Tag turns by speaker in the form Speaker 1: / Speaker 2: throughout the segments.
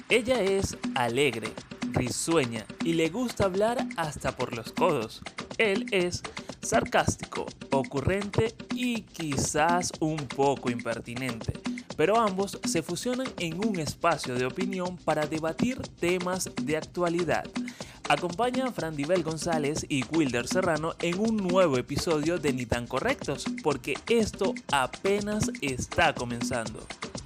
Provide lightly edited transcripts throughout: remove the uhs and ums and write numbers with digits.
Speaker 1: Ella es alegre, risueña y le gusta hablar hasta por los codos. Él es sarcástico, ocurrente y quizás un poco impertinente, pero ambos se fusionan en un espacio de opinión para debatir temas de actualidad. Acompaña a Frandibel González y Wilder Serrano en un nuevo episodio de Ni Tan Correctos, porque esto apenas está comenzando.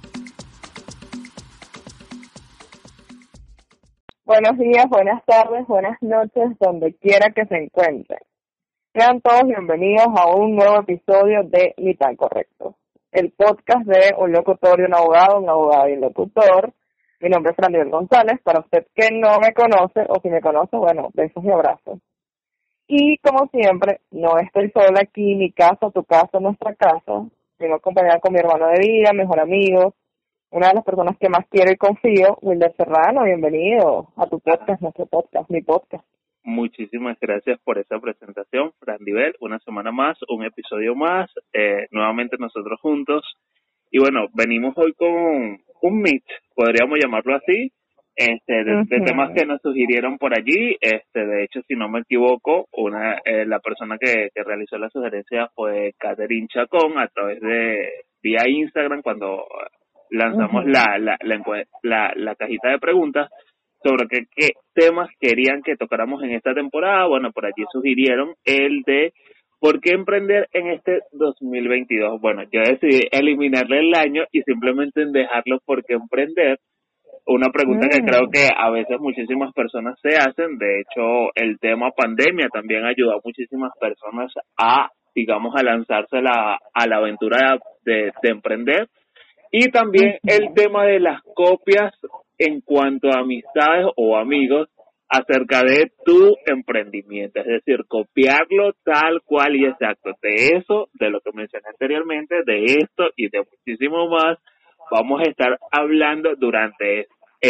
Speaker 2: Buenos días, buenas tardes, buenas noches, donde quiera que se encuentren. Sean todos bienvenidos a un nuevo episodio de Ni Tan Correctos, el podcast de un locutor y un abogado y un locutor. Mi nombre es Frandibel González, para usted que no me conoce, o si me conoce, bueno, besos y abrazos. Y como siempre, no estoy sola aquí, mi casa, tu casa, nuestra casa. Vengo acompañada con mi hermano de vida, mejor amigo, una de las personas que más quiero y confío, Wilder Serrano. Bienvenido a tu podcast, nuestro podcast, mi podcast.
Speaker 3: Muchísimas gracias por esa presentación, Frandibel. Una semana más, un episodio más, nuevamente nosotros juntos. Y bueno, venimos hoy con un mix, podríamos llamarlo así, de temas que nos sugirieron por allí. De hecho, si no me equivoco, la persona que realizó la sugerencia fue Catherine Chacón a través de vía Instagram cuando lanzamos la cajita de preguntas sobre qué temas querían que tocáramos en esta temporada. Bueno, por allí sugirieron el de ¿por qué emprender en este 2022? Bueno, yo decidí eliminarle el año y simplemente dejarlo ¿por qué emprender? Una pregunta que creo que a veces muchísimas personas se hacen. De hecho, el tema pandemia también ayudó a muchísimas personas a lanzarse a la aventura de emprender. Y también el tema de las copias en cuanto a amistades o amigos acerca de tu emprendimiento, es decir, copiarlo tal cual y exacto. De eso, de lo que mencioné anteriormente, de esto y de muchísimo más, vamos a estar hablando durante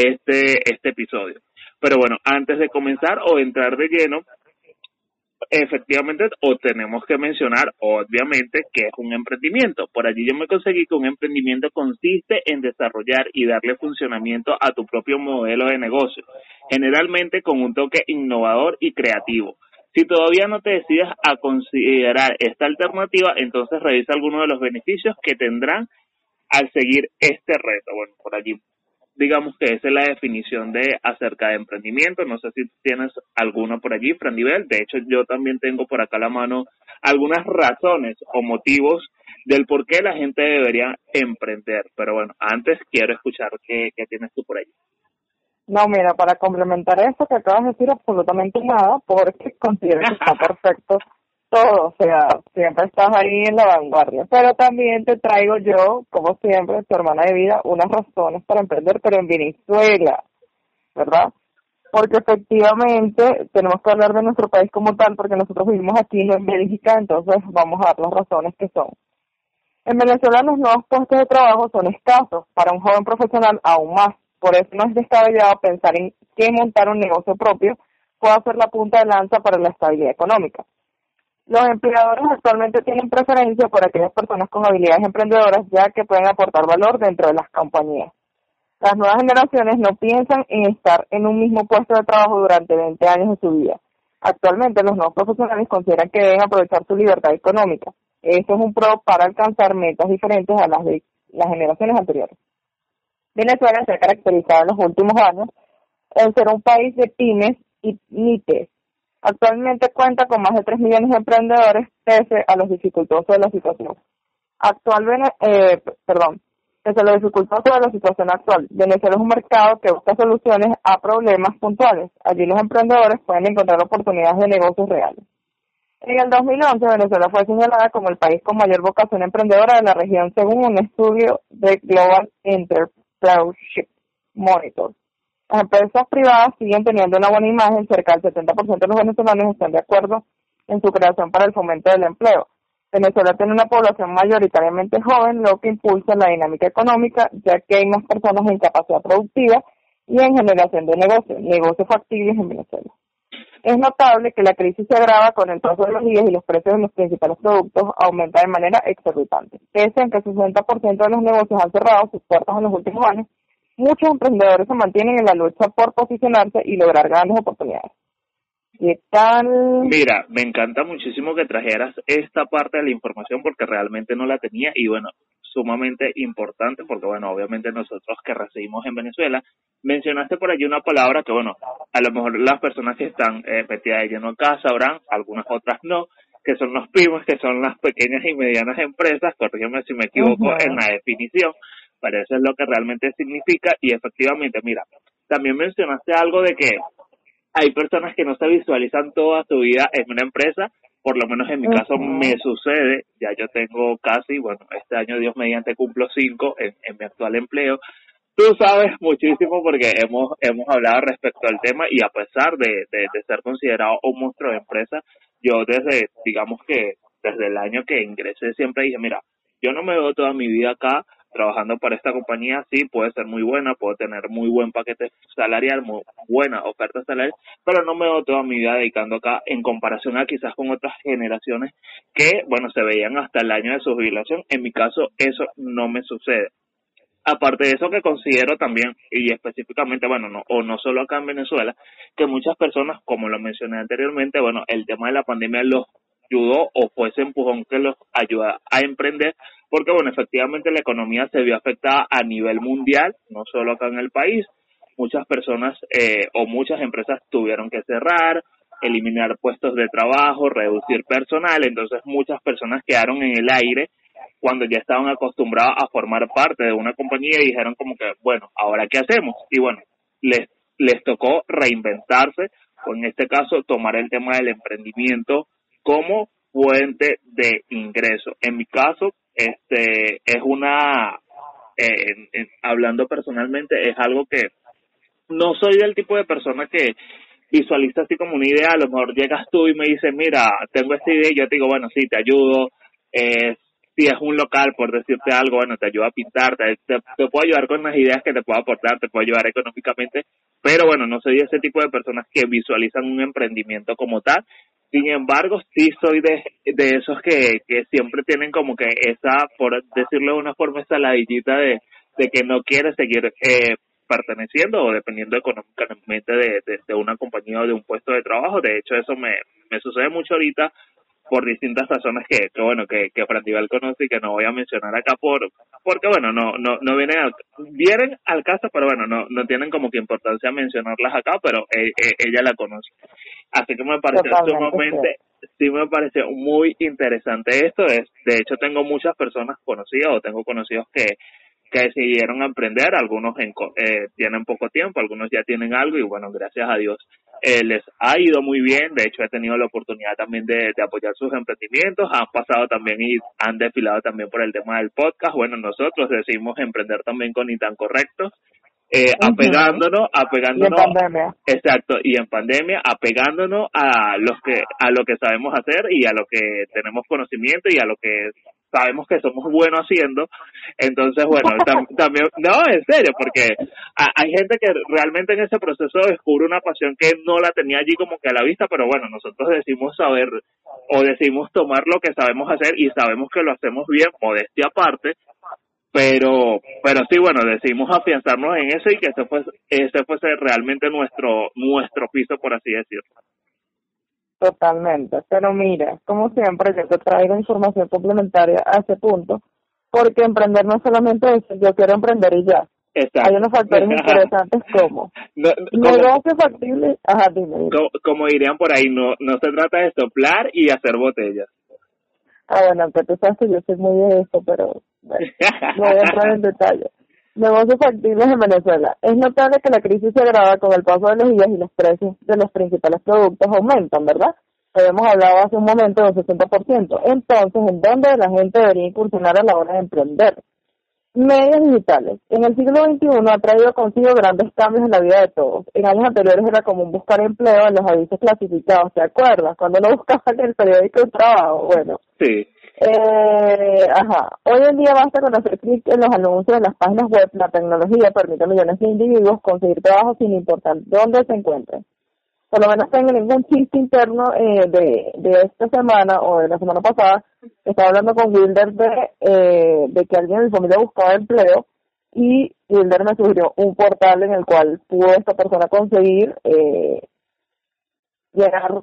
Speaker 3: este episodio. Pero bueno, antes de comenzar o entrar de lleno, efectivamente, tenemos que mencionar, obviamente, que es un emprendimiento. Por allí yo me conseguí que un emprendimiento consiste en desarrollar y darle funcionamiento a tu propio modelo de negocio, generalmente con un toque innovador y creativo. Si todavía no te decides a considerar esta alternativa, entonces revisa algunos de los beneficios que tendrán al seguir este reto. Bueno, por allí digamos que esa es la definición de acerca de emprendimiento. No sé si tienes alguna por allí, Frandibel. De hecho, yo también tengo por acá a la mano algunas razones o motivos del por qué la gente debería emprender. Pero bueno, antes quiero escuchar qué tienes tú por allí.
Speaker 2: No, mira, para complementar eso que acabas de decir, absolutamente nada, porque considero que está perfecto todo, o sea, siempre estás ahí en la vanguardia. Pero también te traigo yo, como siempre, tu hermana de vida, unas razones para emprender, pero en Venezuela, ¿verdad? Porque efectivamente tenemos que hablar de nuestro país como tal, porque nosotros vivimos aquí, no en Bélgica, entonces vamos a dar las razones que son. En Venezuela los nuevos puestos de trabajo son escasos, para un joven profesional aún más. Por eso no es descabellado pensar en que montar un negocio propio pueda ser la punta de lanza para la estabilidad económica. Los empleadores actualmente tienen preferencia por aquellas personas con habilidades emprendedoras, ya que pueden aportar valor dentro de las compañías. Las nuevas generaciones no piensan en estar en un mismo puesto de trabajo durante 20 años de su vida. Actualmente los nuevos profesionales consideran que deben aprovechar su libertad económica. Esto es un pro para alcanzar metas diferentes a las de las generaciones anteriores. Venezuela se ha caracterizado en los últimos años en ser un país de pymes y MIPES. Actualmente cuenta con más de 3 millones de emprendedores pese a los dificultosos de la situación. Pese a lo dificultoso de la situación actual, Venezuela es un mercado que busca soluciones a problemas puntuales. Allí los emprendedores pueden encontrar oportunidades de negocios reales. En el 2011, Venezuela fue señalada como el país con mayor vocación emprendedora de la región según un estudio de Global Entrepreneurship Monitor. Las empresas privadas siguen teniendo una buena imagen, cerca del 70% de los venezolanos están de acuerdo en su creación para el fomento del empleo. Venezuela tiene una población mayoritariamente joven, lo que impulsa la dinámica económica, ya que hay más personas en capacidad productiva y en generación de negocios factibles en Venezuela. Es notable que la crisis se agrava con el paso de los días y los precios de los principales productos aumentan de manera exorbitante. Pese a que el 60% de los negocios han cerrado sus puertas en los últimos años, muchos emprendedores se mantienen en la lucha por posicionarse y lograr grandes oportunidades. ¿Qué tal?
Speaker 3: Mira, me encanta muchísimo que trajeras esta parte de la información porque realmente no la tenía y bueno, sumamente importante porque bueno, obviamente nosotros que residimos en Venezuela, mencionaste por allí una palabra que bueno, a lo mejor las personas que están metidas de lleno acá sabrán, algunas otras no, que son los pymes, que son las pequeñas y medianas empresas, corrígeme si me equivoco en la definición, pero eso es lo que realmente significa y efectivamente, mira, también mencionaste algo de que hay personas que no se visualizan toda su vida en una empresa, por lo menos en mi caso me sucede, ya yo tengo casi, bueno, este año Dios mediante cumplo 5 en mi actual empleo. Tú sabes muchísimo porque hemos hablado respecto al tema y a pesar de ser considerado un monstruo de empresa, yo digamos que desde el año que ingresé siempre dije, mira, yo no me veo toda mi vida acá trabajando para esta compañía, sí, puede ser muy buena, puedo tener muy buen paquete salarial, muy buena oferta salarial, pero no me veo toda mi vida dedicando acá en comparación a quizás con otras generaciones que, bueno, se veían hasta el año de su jubilación. En mi caso, eso no me sucede. Aparte de eso que considero también, y específicamente, bueno, no solo acá en Venezuela, que muchas personas, como lo mencioné anteriormente, bueno, el tema de la pandemia los ayudó o fue ese empujón que los ayuda a emprender, porque bueno, efectivamente la economía se vio afectada a nivel mundial, no solo acá en el país. Muchas personas o muchas empresas tuvieron que cerrar, eliminar puestos de trabajo, reducir personal, entonces muchas personas quedaron en el aire cuando ya estaban acostumbrados a formar parte de una compañía y dijeron como que, bueno, ¿ahora qué hacemos? Y bueno, les tocó reinventarse, o en este caso tomar el tema del emprendimiento como fuente de ingreso. En mi caso, es hablando personalmente, es algo que no soy del tipo de persona que visualiza así como una idea. A lo mejor llegas tú y me dices, mira, tengo esta idea y yo te digo, bueno, sí, te ayudo. Si es un local, por decirte algo, bueno, te ayuda a pintar, te puedo ayudar con las ideas que te puedo aportar, te puedo ayudar económicamente, pero bueno, no soy ese tipo de personas que visualizan un emprendimiento como tal. Sin embargo, sí soy de esos que siempre tienen como que esa, por decirlo de una forma, esa ladillita de que no quiere seguir perteneciendo o dependiendo económicamente de una compañía o de un puesto de trabajo. De hecho, eso me sucede mucho ahorita por distintas razones que Frandival conoce y que no voy a mencionar acá porque bueno, no vienen al caso, pero bueno, no tienen como que importancia mencionarlas acá, pero ella la conoce. Así que me pareció sumamente, sí me pareció muy interesante esto. De hecho, tengo muchas personas conocidas o tengo conocidos que decidieron emprender, algunos tienen poco tiempo, algunos ya tienen algo y bueno, gracias a Dios les ha ido muy bien. De hecho, he tenido la oportunidad también de apoyar sus emprendimientos, han pasado también y han desfilado también por el tema del podcast. Bueno, nosotros decidimos emprender también con Ni Tan Correctos, apegándonos,
Speaker 2: y en pandemia.
Speaker 3: exacto, y en pandemia, apegándonos a lo que sabemos hacer y a lo que tenemos conocimiento y a lo que sabemos que somos buenos haciendo. Entonces, bueno, también, no, en serio, porque hay gente que realmente en ese proceso descubre una pasión que no la tenía allí como que a la vista, pero bueno, nosotros decimos saber o decimos tomar lo que sabemos hacer y sabemos que lo hacemos bien, modestia aparte, pero sí, bueno, decidimos afianzarnos en eso y que ese fuese realmente nuestro piso, por así decirlo.
Speaker 2: Totalmente, pero mira, como siempre yo te traigo información complementaria a ese punto, porque emprender no es solamente eso, yo quiero emprender y ya.
Speaker 3: Exacto.
Speaker 2: Hay unos factores interesantes como negocio factible, dime.
Speaker 3: Como dirían por ahí, no se trata de soplar y hacer botellas.
Speaker 2: Bueno, aunque tú sabes que yo soy muy de eso, pero bueno, no voy a entrar en detalle. Negocios factibles en Venezuela. Es notable que la crisis se agrava con el paso de los días y los precios de los principales productos aumentan, ¿verdad? Habíamos hablado hace un momento del 60%. Entonces, ¿en dónde la gente debería incursionar a la hora de emprender? Medios digitales. En el siglo XXI ha traído consigo grandes cambios en la vida de todos. En años anteriores era común buscar empleo en los avisos clasificados, ¿te acuerdas? Cuando no buscabas en el periódico un trabajo, bueno.
Speaker 3: Sí.
Speaker 2: Hoy en día basta con hacer clic en los anuncios de las páginas web. La tecnología permite a millones de individuos conseguir trabajo sin importar dónde se encuentren. Por lo menos tengo ningún chiste interno de esta semana o de la semana pasada. Estaba hablando con Wilder de que alguien en mi familia buscaba empleo y Wilder me sugirió un portal en el cual pudo esta persona conseguir llenar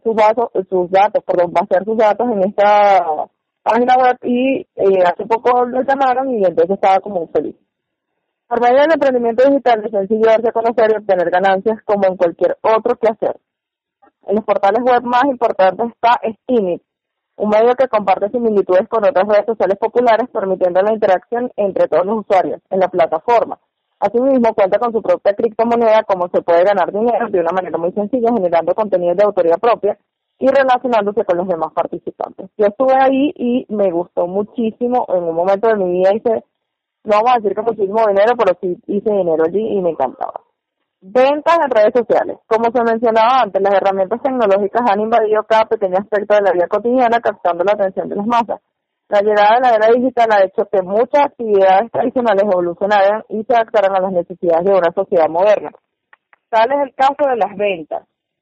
Speaker 2: vaciar sus datos en esta página web y hace poco lo llamaron y entonces estaba como feliz. Por medio del emprendimiento digital es sencillo darse a conocer y obtener ganancias como en cualquier otro que hacer. En los portales web más importantes está Steemit, un medio que comparte similitudes con otras redes sociales populares, permitiendo la interacción entre todos los usuarios en la plataforma. Asimismo, cuenta con su propia criptomoneda, como se puede ganar dinero de una manera muy sencilla, generando contenido de autoría propia y relacionándose con los demás participantes. Yo estuve ahí y me gustó muchísimo. En un momento de mi vida hice, no vamos a decir que muchísimo dinero, pero sí hice dinero allí y me encantaba. Ventas en redes sociales. Como se mencionaba antes, las herramientas tecnológicas han invadido cada pequeño aspecto de la vida cotidiana, captando la atención de las masas. La llegada de la era digital ha hecho que muchas actividades tradicionales evolucionaran y se adaptaran a las necesidades de una sociedad moderna. Tal es el caso de las ventas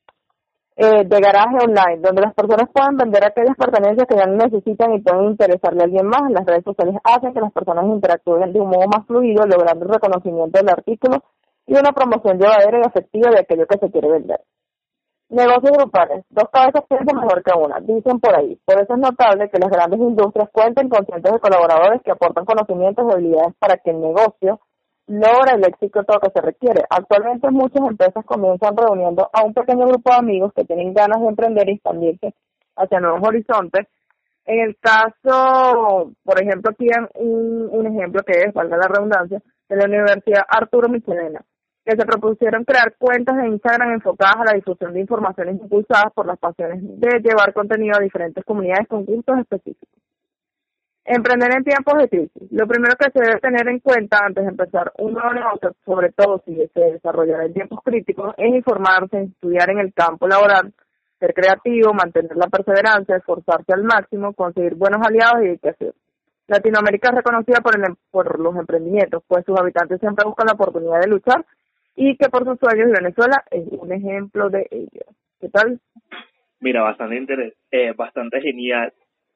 Speaker 2: de garaje online, donde las personas pueden vender aquellas pertenencias que ya no necesitan y pueden interesarle a alguien más. Las redes sociales hacen que las personas interactúen de un modo más fluido, logrando el reconocimiento del artículo y una promoción llevadera y efectiva de aquello que se quiere vender. Negocios grupales. Dos cabezas piensan mejor que una, dicen por ahí. Por eso es notable que las grandes industrias cuenten con cientos de colaboradores que aportan conocimientos y habilidades para que el negocio logre el éxito que se requiere. Actualmente muchas empresas comienzan reuniendo a un pequeño grupo de amigos que tienen ganas de emprender y expandirse hacia nuevos horizontes. En el caso, por ejemplo, aquí un ejemplo que es, valga la redundancia, de la Universidad Arturo Michelena, que se propusieron crear cuentas de Instagram enfocadas a la difusión de informaciones impulsadas por las pasiones de llevar contenido a diferentes comunidades con gustos específicos. Emprender en tiempos de crisis. Lo primero que se debe tener en cuenta antes de empezar un nuevo negocio, sobre todo si se desarrollará en tiempos críticos, es informarse, estudiar en el campo laboral, ser creativo, mantener la perseverancia, esforzarse al máximo, conseguir buenos aliados y dedicación. Latinoamérica es reconocida por los emprendimientos, pues sus habitantes siempre buscan la oportunidad de luchar y que por sus sueños, y Venezuela es un ejemplo de ello. ¿Qué tal?
Speaker 3: Mira, bastante genial.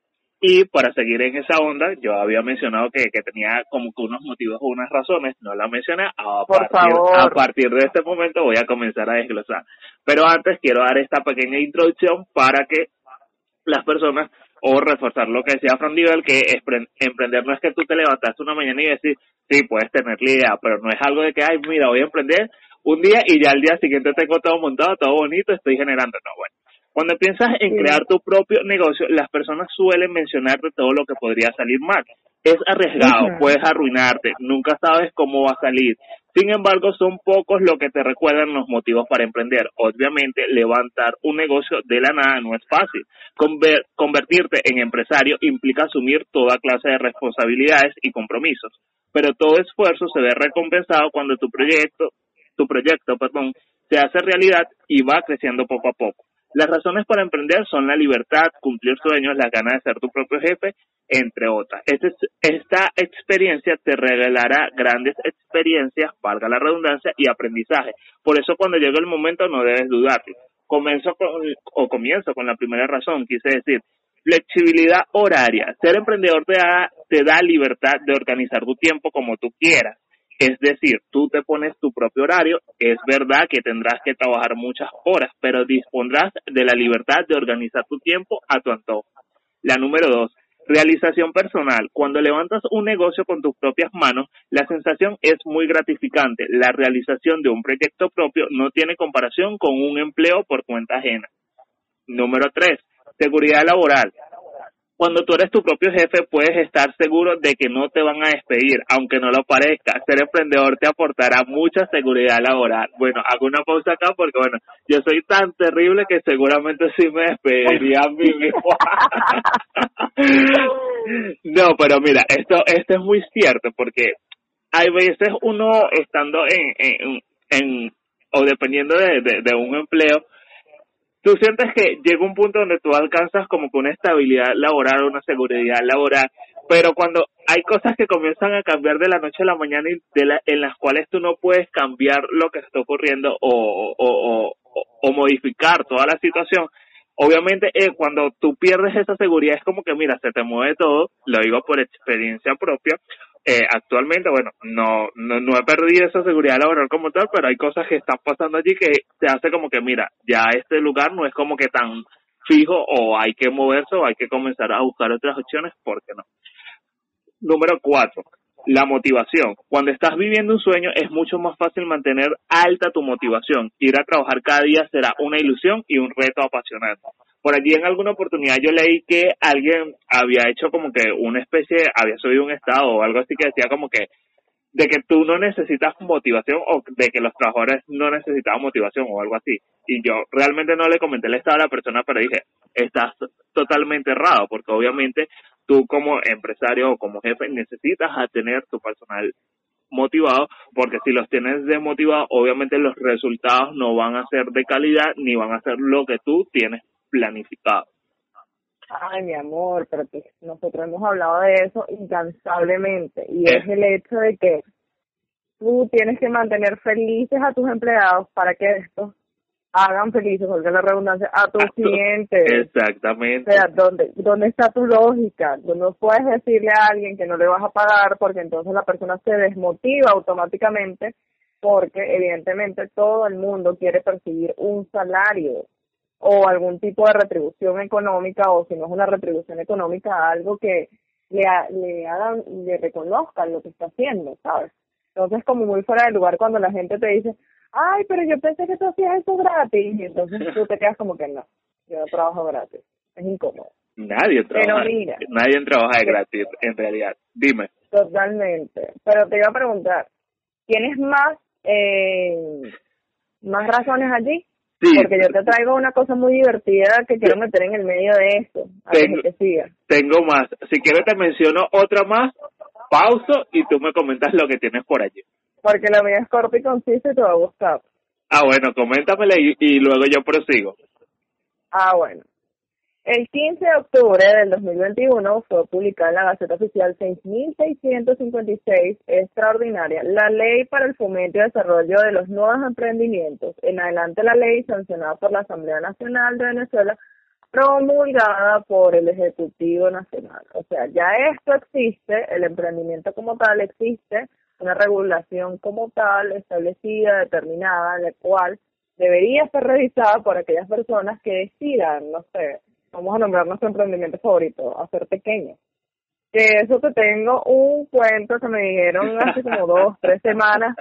Speaker 3: Y para seguir en esa onda, yo había mencionado que tenía como que unos motivos o unas razones, no la mencioné, a partir de este momento voy a comenzar a desglosar. Pero antes quiero dar esta pequeña introducción para que las personas, o reforzar lo que decía Fran Divel, que emprender no es que tú te levantaste una mañana y decir, sí, puedes tener la idea, pero no es algo de que, ay, mira, voy a emprender un día y ya al día siguiente tengo todo montado, todo bonito, estoy generando. No, bueno. Cuando piensas en crear tu propio negocio, las personas suelen mencionarte todo lo que podría salir mal. Es arriesgado, puedes arruinarte, nunca sabes cómo va a salir. Sin embargo, son pocos los que te recuerdan los motivos para emprender. Obviamente, levantar un negocio de la nada no es fácil. Convertirte en empresario implica asumir toda clase de responsabilidades y compromisos. Pero todo esfuerzo se ve recompensado cuando tu proyecto, se hace realidad y va creciendo poco a poco. Las razones para emprender son la libertad, cumplir sueños, las ganas de ser tu propio jefe, entre otras. Esta experiencia te revelará grandes experiencias, valga la redundancia, y aprendizaje. Por eso cuando llegue el momento no debes dudarte. Comienzo con la primera razón, quise decir, flexibilidad horaria. Ser emprendedor te da libertad de organizar tu tiempo como tú quieras. Es decir, tú te pones tu propio horario, es verdad que tendrás que trabajar muchas horas, pero dispondrás de la libertad de organizar tu tiempo a tu antojo. La número 2, realización personal. Cuando levantas un negocio con tus propias manos, la sensación es muy gratificante. La realización de un proyecto propio no tiene comparación con un empleo por cuenta ajena. Número 3, seguridad laboral. Cuando tú eres tu propio jefe, puedes estar seguro de que no te van a despedir, aunque no lo parezca. Ser emprendedor te aportará mucha seguridad laboral. Bueno, hago una pausa acá porque, bueno, yo soy tan terrible que seguramente sí me despediría a mí mismo. No, pero mira, esto es muy cierto porque hay veces uno estando o dependiendo de un empleo, tú sientes que llega un punto donde tú alcanzas como que una estabilidad laboral, una seguridad laboral, pero cuando hay cosas que comienzan a cambiar de la noche a la mañana y en las cuales tú no puedes cambiar lo que está ocurriendo o modificar toda la situación, obviamente cuando tú pierdes esa seguridad es como que mira, se te mueve todo, lo digo por experiencia propia, actualmente, bueno, no he perdido esa seguridad laboral como tal, pero hay cosas que están pasando allí que te hace como que, mira, ya este lugar no es como que tan fijo o hay que moverse o hay que comenzar a buscar otras opciones, ¿por qué no? Número 4, la motivación. Cuando estás viviendo un sueño es mucho más fácil mantener alta tu motivación. Ir a trabajar cada día será una ilusión y un reto apasionante. Por allí en alguna oportunidad yo leí que alguien había hecho como que una especie, había subido un estado o algo así que decía como que de que tú no necesitas motivación o de que los trabajadores no necesitaban motivación o algo así. Y yo realmente no le comenté el estado a la persona, pero dije, estás totalmente errado, porque obviamente tú como empresario o como jefe necesitas a tener tu personal motivado, porque si los tienes desmotivados, obviamente los resultados no van a ser de calidad ni van a ser lo que tú tienes planificado.
Speaker 2: Ay, mi amor, pero que nosotros hemos hablado de eso incansablemente, y es el hecho de que tú tienes que mantener felices a tus empleados para que estos hagan felices, porque la redundancia, a tus clientes.
Speaker 3: Exactamente.
Speaker 2: O sea, ¿dónde está tu lógica? Tú no puedes decirle a alguien que no le vas a pagar porque entonces la persona se desmotiva automáticamente, porque evidentemente todo el mundo quiere percibir un salario o algún tipo de retribución económica, o si no es una retribución económica, algo que le hagan, le reconozcan lo que está haciendo, ¿sabes? Entonces, como muy fuera de lugar cuando la gente te dice, ay, pero yo pensé que tú hacías eso gratis, y entonces tú te quedas como que no, yo no trabajo gratis, es incómodo.
Speaker 3: Nadie trabaja de gratis, en realidad. Dime.
Speaker 2: Totalmente, pero te iba a preguntar, ¿tienes más razones allí? Sí. Porque yo te traigo una cosa muy divertida que quiero meter en el medio de esto, que siga.
Speaker 3: Tengo más. Si quieres te menciono otra más, pauso y tú me comentas lo que tienes por allí.
Speaker 2: Porque la mía es corta y concisa y te va a gustar.
Speaker 3: Ah, bueno, coméntamela y luego yo prosigo.
Speaker 2: Ah, bueno. El 15 de octubre del 2021 fue publicada en la Gaceta Oficial 6.656, extraordinaria, la Ley para el Fomento y Desarrollo de los Nuevos Emprendimientos. En adelante la ley, sancionada por la Asamblea Nacional de Venezuela, promulgada por el Ejecutivo Nacional. O sea, ya esto existe, el emprendimiento como tal existe, una regulación como tal establecida, determinada, la cual debería ser revisada por aquellas personas que decidan, no sé, vamos a nombrar nuestro emprendimiento favorito, hacer pequeño. Que eso te tengo un cuento que me dijeron hace como 2-3 semanas,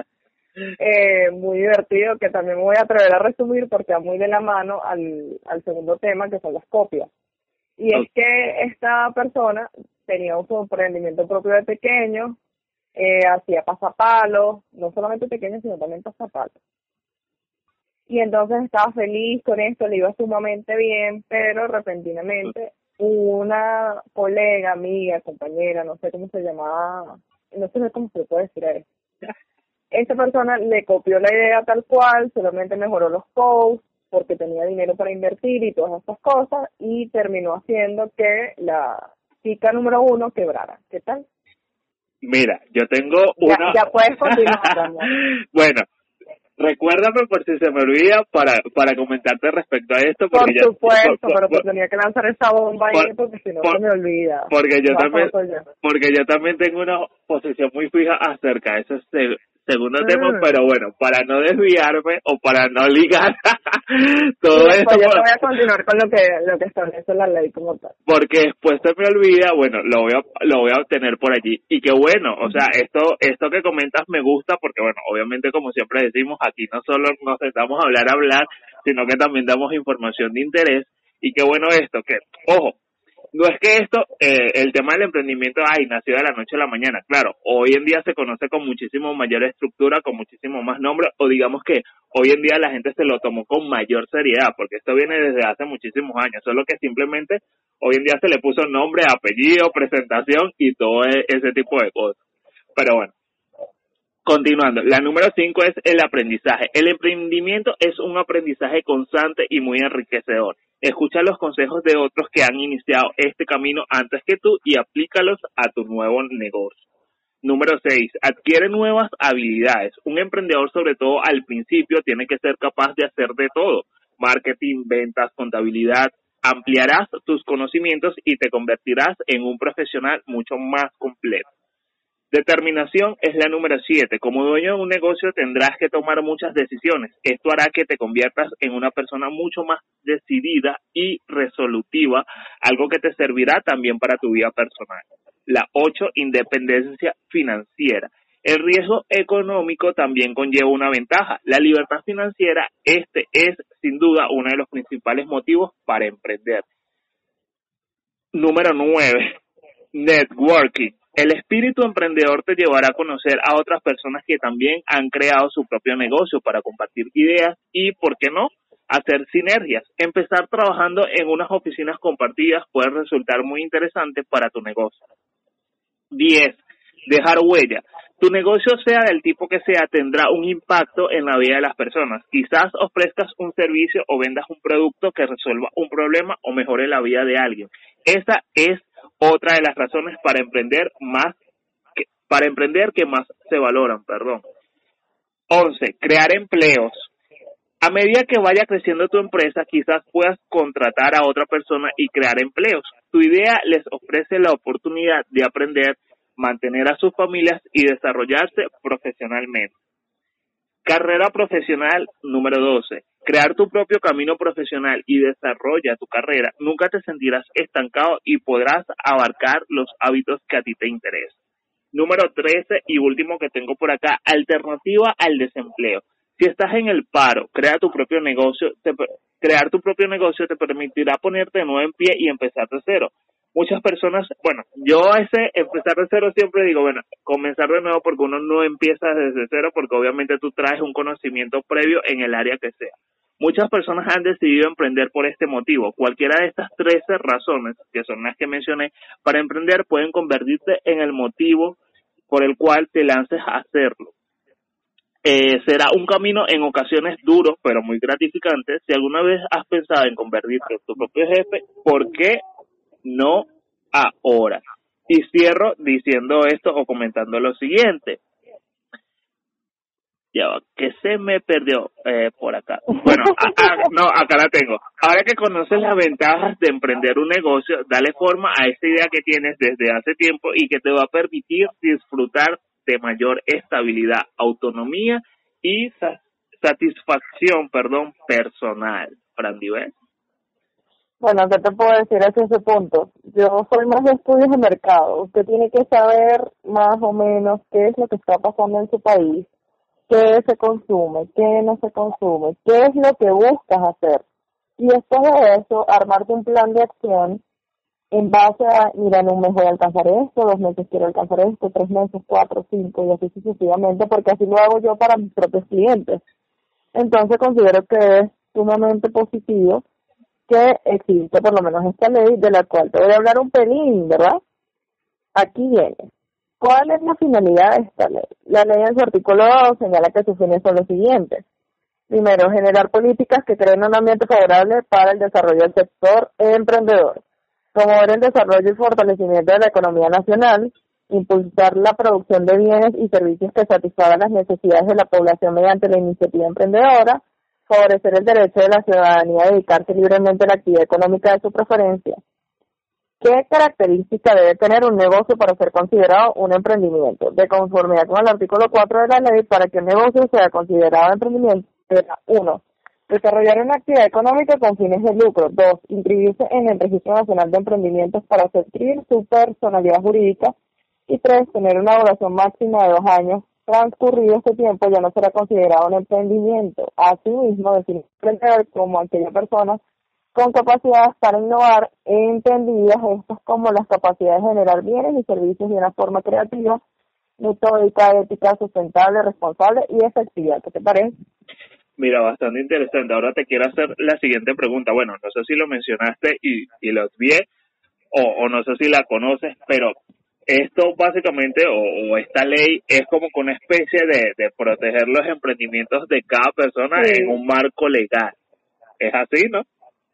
Speaker 2: muy divertido, que también me voy a atrever a resumir porque va muy de la mano al segundo tema, que son las copias. Y es que esta persona tenía un emprendimiento propio de pequeño, hacía pasapalos, no solamente pequeños, sino también pasapalos. Y entonces estaba feliz con esto, le iba sumamente bien, pero repentinamente una colega, amiga, compañera, no sé cómo se llamaba, no sé cómo se puede decir a eso. Esta persona le copió la idea tal cual, solamente mejoró los posts porque tenía dinero para invertir y todas estas cosas, y terminó haciendo que la chica número 1 quebrara. ¿Qué tal?
Speaker 3: Mira, yo tengo una...
Speaker 2: Ya puedes continuar, amor.
Speaker 3: Bueno, recuérdame por si se me olvida para comentarte respecto a esto. Porque
Speaker 2: por supuesto, pero te tenía que lanzar esa bomba ahí porque si no se me olvida.
Speaker 3: Porque yo también tengo una posición muy fija acerca de ese segundo tema, pero bueno, para no desviarme o para no ligar todo esto.
Speaker 2: Yo te voy a continuar con lo que establece la ley como tal.
Speaker 3: Porque después se me olvida, bueno, lo voy a obtener por allí. Y qué bueno, o sea, esto que comentas me gusta porque, bueno, obviamente como siempre decimos, aquí no solo nos sentamos a hablar, sino que también damos información de interés. Y qué bueno esto, que, ojo, no es que esto, el tema del emprendimiento, nació de la noche a la mañana. Claro, hoy en día se conoce con muchísimo mayor estructura, con muchísimo más nombre, o digamos que hoy en día la gente se lo tomó con mayor seriedad, porque esto viene desde hace muchísimos años, solo que simplemente hoy en día se le puso nombre, apellido, presentación y todo ese tipo de cosas. Pero bueno, continuando, la número 5 es el aprendizaje. El emprendimiento es un aprendizaje constante y muy enriquecedor. Escucha los consejos de otros que han iniciado este camino antes que tú y aplícalos a tu nuevo negocio. Número 6. Adquiere nuevas habilidades. Un emprendedor, sobre todo al principio, tiene que ser capaz de hacer de todo. Marketing, ventas, contabilidad. Ampliarás tus conocimientos y te convertirás en un profesional mucho más completo. Determinación es la número 7. Como dueño de un negocio tendrás que tomar muchas decisiones. Esto hará que te conviertas en una persona mucho más decidida y resolutiva, algo que te servirá también para tu vida personal. La 8, independencia financiera. El riesgo económico también conlleva una ventaja. La libertad financiera, este es sin duda uno de los principales motivos para emprender. Número 9, networking. El espíritu emprendedor te llevará a conocer a otras personas que también han creado su propio negocio para compartir ideas y, ¿por qué no?, hacer sinergias. Empezar trabajando en unas oficinas compartidas puede resultar muy interesante para tu negocio. 10. Dejar huella. Tu negocio, sea del tipo que sea, tendrá un impacto en la vida de las personas. Quizás ofrezcas un servicio o vendas un producto que resuelva un problema o mejore la vida de alguien. Esa es otra de las razones para emprender que más se valoran, 11. Crear empleos. A medida que vaya creciendo tu empresa, quizás puedas contratar a otra persona y crear empleos. Tu idea les ofrece la oportunidad de aprender, mantener a sus familias y desarrollarse profesionalmente. Carrera profesional número 12. Crear tu propio camino profesional y desarrolla tu carrera. Nunca te sentirás estancado y podrás abarcar los hábitos que a ti te interesan. Número 13 y último que tengo por acá, alternativa al desempleo. Si estás en el paro, crear tu propio negocio te permitirá ponerte de nuevo en pie y empezar de cero. Muchas personas, yo empezar de cero siempre digo, comenzar de nuevo porque uno no empieza desde cero porque obviamente tú traes un conocimiento previo en el área que sea. Muchas personas han decidido emprender por este motivo. Cualquiera de estas 13 razones, que son las que mencioné, para emprender pueden convertirse en el motivo por el cual te lances a hacerlo. Será un camino en ocasiones duro, pero muy gratificante. Si alguna vez has pensado en convertirte en tu propio jefe, ¿por qué no ahora? Y cierro diciendo esto o comentando lo siguiente. Ya va, que se me perdió por acá. Bueno, acá la tengo. Ahora que conoces las ventajas de emprender un negocio, dale forma a esa idea que tienes desde hace tiempo y que te va a permitir disfrutar de mayor estabilidad, autonomía y satisfacción, personal. Frandivel.
Speaker 2: Bueno, ¿qué te puedo decir hacia ese punto? Yo soy más de estudios de mercado. Usted tiene que saber más o menos qué es lo que está pasando en su país, qué se consume, qué no se consume, qué es lo que buscas hacer. Y después de eso, armarte un plan de acción en base a, mira, en un mes voy a alcanzar esto, 2 meses quiero alcanzar esto, 3 meses, 4, 5 y así sucesivamente, porque así lo hago yo para mis propios clientes. Entonces considero que es sumamente positivo que existe por lo menos esta ley, de la cual te voy a hablar un pelín, ¿verdad? Aquí viene. ¿Cuál es la finalidad de esta ley? La ley en su artículo 2 señala que sus fines son los siguientes. Primero, generar políticas que creen un ambiente favorable para el desarrollo del sector emprendedor. Promover el desarrollo y fortalecimiento de la economía nacional. Impulsar la producción de bienes y servicios que satisfagan las necesidades de la población mediante la iniciativa emprendedora. Favorecer el derecho de la ciudadanía a dedicarse libremente a la actividad económica de su preferencia. ¿Qué característica debe tener un negocio para ser considerado un emprendimiento? De conformidad con el artículo 4 de la ley, para que un negocio sea considerado emprendimiento, 1. Desarrollar una actividad económica con fines de lucro. 2. Inscribirse en el Registro Nacional de Emprendimientos para adquirir su personalidad jurídica. Y 3. Tener una duración máxima de 2 años. Transcurrido este tiempo ya no será considerado un emprendimiento. Asimismo, definir emprendedor como aquella persona con capacidades para innovar, entendidas estas como las capacidades de generar bienes y servicios de una forma creativa, metódica, ética, sustentable, responsable y efectiva. ¿Qué te parece?
Speaker 3: Mira, bastante interesante. Ahora te quiero hacer la siguiente pregunta. Bueno, no sé si lo mencionaste y lo olvidé, o no sé si la conoces, pero esto básicamente, o esta ley, es como que una especie de proteger los emprendimientos de cada persona en un marco legal. ¿Es así, no?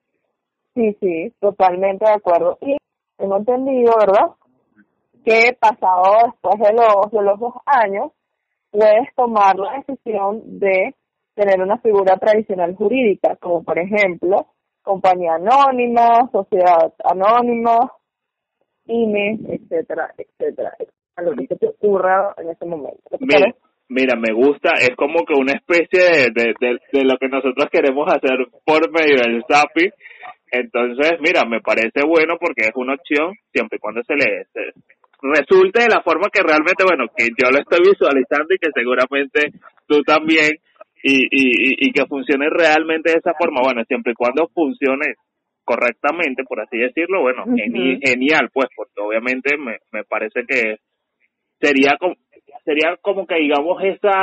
Speaker 2: Sí, totalmente de acuerdo. Y tengo entendido, ¿verdad?, que pasado después de los 2 años, puedes tomar la decisión de tener una figura tradicional jurídica, como por ejemplo, compañía anónima, sociedad anónima, IME, etcétera, etcétera. a lo que se te ocurra en ese momento.
Speaker 3: Mira, me gusta, es como que una especie de lo que nosotros queremos hacer por medio del Zappi. Entonces, mira, me parece bueno porque es una opción siempre y cuando se resulte de la forma que realmente, bueno, que yo lo estoy visualizando y que seguramente tú también, y que funcione realmente de esa forma. Bueno, siempre y cuando funcione correctamente, por así decirlo, bueno, genial, pues, porque obviamente me parece que sería como que digamos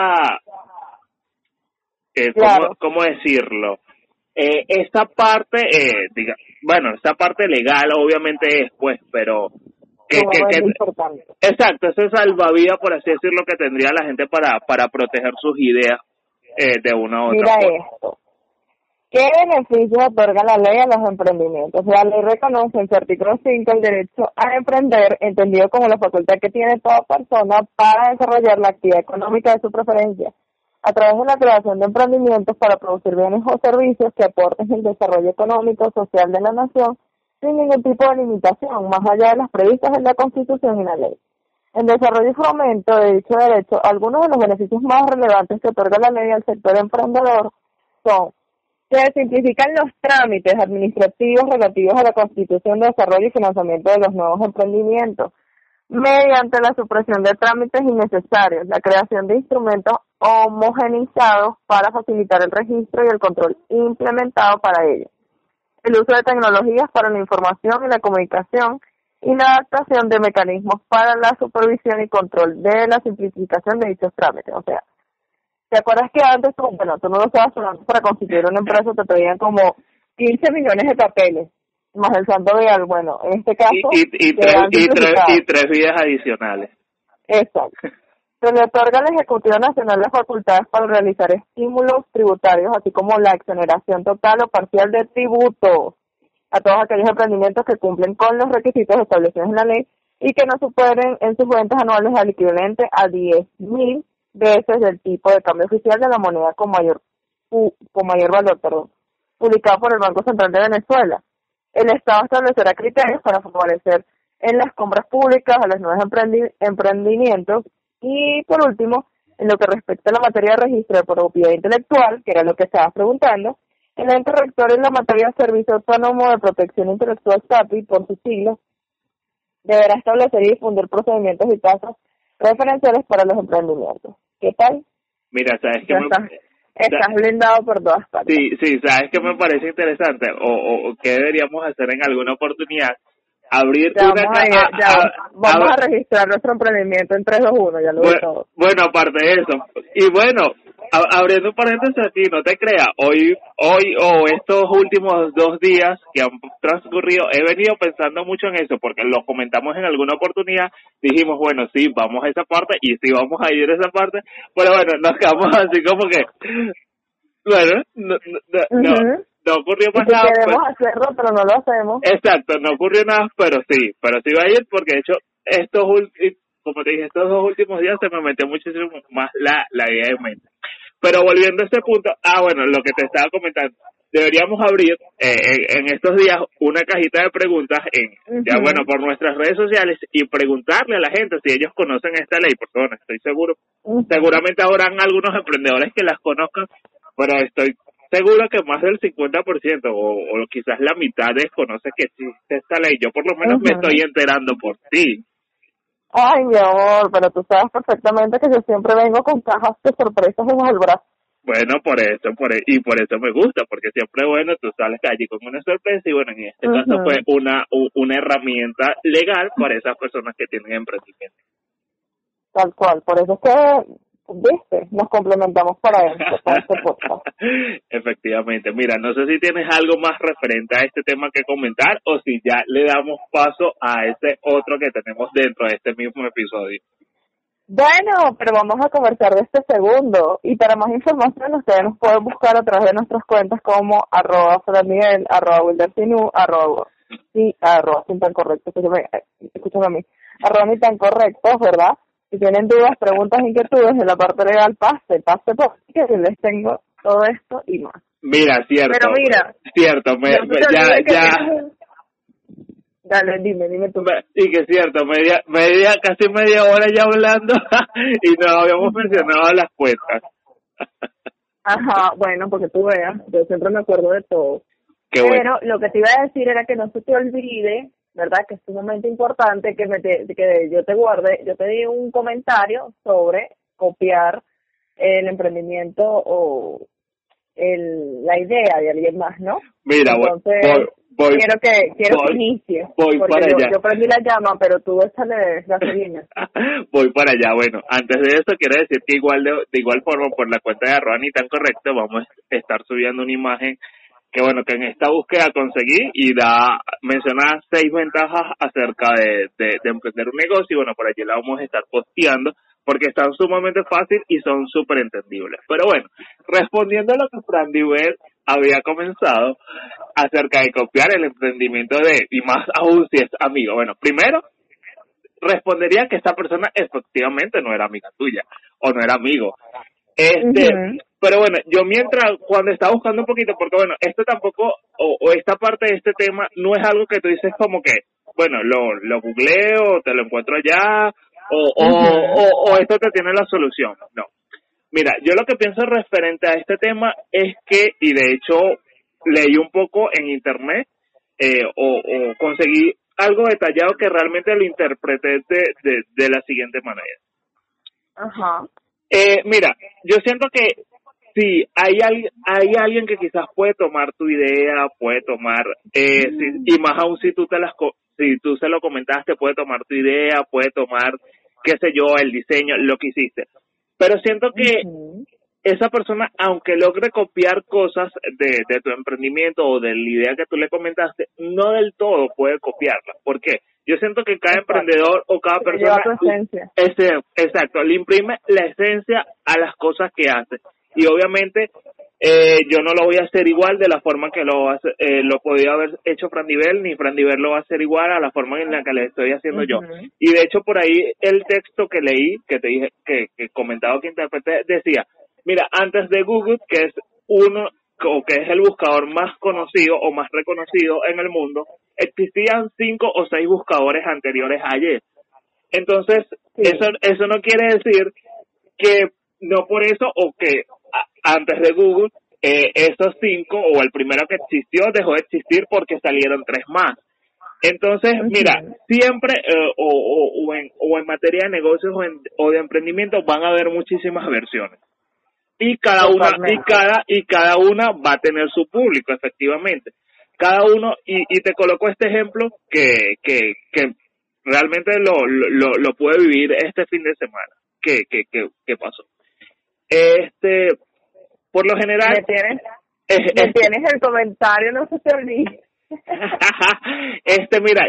Speaker 2: claro.
Speaker 3: ¿cómo decirlo? Esta parte, esta parte legal obviamente es, pues, pero que
Speaker 2: importante.
Speaker 3: Exacto, ese salvavidas, por así decirlo, que tendría la gente para proteger sus ideas de una u otra forma.
Speaker 2: Mira esto. ¿Qué beneficios otorga la ley a los emprendimientos? La ley reconoce en su artículo 5 el derecho a emprender, entendido como la facultad que tiene toda persona para desarrollar la actividad económica de su preferencia, a través de la creación de emprendimientos para producir bienes o servicios que aporten el desarrollo económico y social de la nación, sin ningún tipo de limitación, más allá de las previstas en la Constitución y la ley. En desarrollo y fomento de dicho derecho, algunos de los beneficios más relevantes que otorga la ley al sector emprendedor son: se simplifican los trámites administrativos relativos a la constitución, desarrollo y financiamiento de los nuevos emprendimientos, mediante la supresión de trámites innecesarios, la creación de instrumentos homogeneizados para facilitar el registro y el control implementado para ello, el uso de tecnologías para la información y la comunicación y la adaptación de mecanismos para la supervisión y control de la simplificación de dichos trámites. O sea, ¿te acuerdas que antes tú no lo estabas hablando para constituir una empresa, te pedían como 15 millones de papeles, más el santo real? Bueno, en este caso...
Speaker 3: Y tres vidas adicionales.
Speaker 2: Exacto. Se le otorga al Ejecutivo Nacional las facultades para realizar estímulos tributarios, así como la exoneración total o parcial de tributos a todos aquellos emprendimientos que cumplen con los requisitos establecidos en la ley y que no superen en sus ventas anuales al equivalente a 10.000 veces del tipo de cambio oficial de la moneda con mayor valor, publicado por el Banco Central de Venezuela. El Estado establecerá criterios para favorecer en las compras públicas a los nuevos emprendimientos y, por último, en lo que respecta a la materia de registro de propiedad intelectual, que era lo que estabas preguntando, el ente rector en la materia de Servicio Autónomo de Protección Intelectual, SAPI, por sus siglas, deberá establecer y difundir procedimientos y tasas referenciales para los emprendimientos. ¿Qué tal?
Speaker 3: Mira, ¿sabes qué?
Speaker 2: Estás blindado por todas partes.
Speaker 3: Sí, ¿sabes qué me parece interesante? O qué deberíamos hacer en alguna oportunidad. Abrir
Speaker 2: vamos a registrar nuestro emprendimiento en 3, 2, 1, ya lo veo todo.
Speaker 3: Bueno, aparte de eso, y bueno, abriendo un paréntesis aquí, no te creas, hoy o estos últimos 2 días que han transcurrido, he venido pensando mucho en eso, porque lo comentamos en alguna oportunidad, dijimos, bueno, sí, vamos a esa parte, y sí, vamos a ir a esa parte, pero bueno, nos quedamos así como que, bueno, no ocurrió más nada.
Speaker 2: Queremos hacerlo, pero no lo hacemos.
Speaker 3: Exacto, no ocurrió nada, pero sí va a ir, porque de hecho, como te dije, estos 2 últimos días se me metió muchísimo más la idea de mente. Pero volviendo a este punto, bueno, lo que te estaba comentando, deberíamos abrir en estos días una cajita de preguntas ya bueno, por nuestras redes sociales y preguntarle a la gente si ellos conocen esta ley, porque bueno, estoy seguro, seguramente habrán algunos emprendedores que las conozcan, pero estoy seguro que más del 50% o quizás la mitad desconoce que existe esta ley. Yo por lo menos me estoy enterando por ti.
Speaker 2: Ay, mi amor, pero tú sabes perfectamente que yo siempre vengo con cajas de sorpresas en el brazo.
Speaker 3: Bueno, por eso me gusta, porque siempre, bueno, tú sales allí con una sorpresa y bueno, en este caso fue una herramienta legal para esas personas que tienen emprendimiento.
Speaker 2: Tal cual, por eso es que, viste, nos complementamos para este podcast.
Speaker 3: Efectivamente. Mira, no sé si tienes algo más referente a este tema que comentar o si ya le damos paso a ese otro que tenemos dentro de este mismo episodio.
Speaker 2: Bueno, pero vamos a conversar de este segundo. Y para más información, ustedes nos pueden buscar a través de nuestras cuentas como @franmiguel, @wildersinú, sin tan correcto, escúchame a mí, @ni tan correctos, ¿verdad? Si tienen dudas, preguntas, inquietudes en la parte legal, pase, porque les tengo todo esto y más.
Speaker 3: Mira, cierto.
Speaker 2: Pero mira,
Speaker 3: cierto,
Speaker 2: Dale, dime tú.
Speaker 3: Y que es cierto, casi media hora ya hablando y no habíamos mencionado las cuentas.
Speaker 2: Ajá, bueno, porque tú veas, yo siempre me acuerdo de todo.
Speaker 3: Qué
Speaker 2: Pero
Speaker 3: bueno.
Speaker 2: lo que te iba a decir era que no se te olvide, ¿verdad? Que es sumamente importante que yo te guarde, yo te di un comentario sobre copiar el emprendimiento o la idea de alguien más, ¿no?
Speaker 3: Mira,
Speaker 2: entonces quiero que inicies,
Speaker 3: voy
Speaker 2: porque
Speaker 3: para allá.
Speaker 2: yo prendí la llama, pero tú échale gasolina.
Speaker 3: Voy para allá. Bueno, antes de eso quiero decir que de igual forma por la cuenta de @ ni tan correcto vamos a estar subiendo una imagen que bueno, que en esta búsqueda conseguí y menciona 6 ventajas acerca de emprender un negocio y bueno, por allí la vamos a estar posteando porque están sumamente fáciles y son súper entendibles. Pero bueno, respondiendo a lo que Fran Diver había comenzado acerca de copiar el emprendimiento y más aún si es amigo. Bueno, primero, respondería que esta persona efectivamente no era amiga tuya o no era amigo. Pero bueno, yo cuando estaba buscando un poquito, porque bueno, esto tampoco, o esta parte de este tema, no es algo que tú dices como que, bueno, lo googleo, te lo encuentro allá, o esto te tiene la solución. No. Mira, yo lo que pienso referente a este tema es que, y de hecho leí un poco en internet, o conseguí algo detallado que realmente lo interpreté de la siguiente manera.
Speaker 2: Ajá.
Speaker 3: Mira, yo siento que sí, hay alguien que quizás puede tomar tu idea, puede tomar, y más aún si tú si tú se lo comentaste, puede tomar tu idea, puede tomar, qué sé yo, el diseño, lo que hiciste. Pero siento que esa persona, aunque logre copiar cosas de tu emprendimiento o de la idea que tú le comentaste, no del todo puede copiarla. ¿Por qué? Yo siento que cada emprendedor o cada persona,
Speaker 2: lleva tu esencia.
Speaker 3: Exacto, le imprime la esencia a las cosas que hace. Y obviamente yo no lo voy a hacer igual de la forma que lo podía haber hecho Fran Diver, ni Fran Diver lo va a hacer igual a la forma en la que le estoy haciendo yo. Y de hecho por ahí el texto que leí, que te dije, que comentaba que interpreté, decía, mira, antes de Google, que es que es el buscador más conocido o más reconocido en el mundo, existían 5 o 6 buscadores anteriores a ayer. Entonces, eso no quiere decir que no por eso o que antes de Google esos 5 o el primero que existió dejó de existir porque salieron 3 más. Entonces, mira, siempre o en materia de negocios o de emprendimiento van a haber muchísimas versiones. Y cada una va a tener su público, efectivamente. Cada uno, y te coloco este ejemplo que realmente lo pude vivir este fin de semana. ¿Qué pasó? Por lo general...
Speaker 2: ¿Me tienes el comentario? No se te olvide.
Speaker 3: Mira,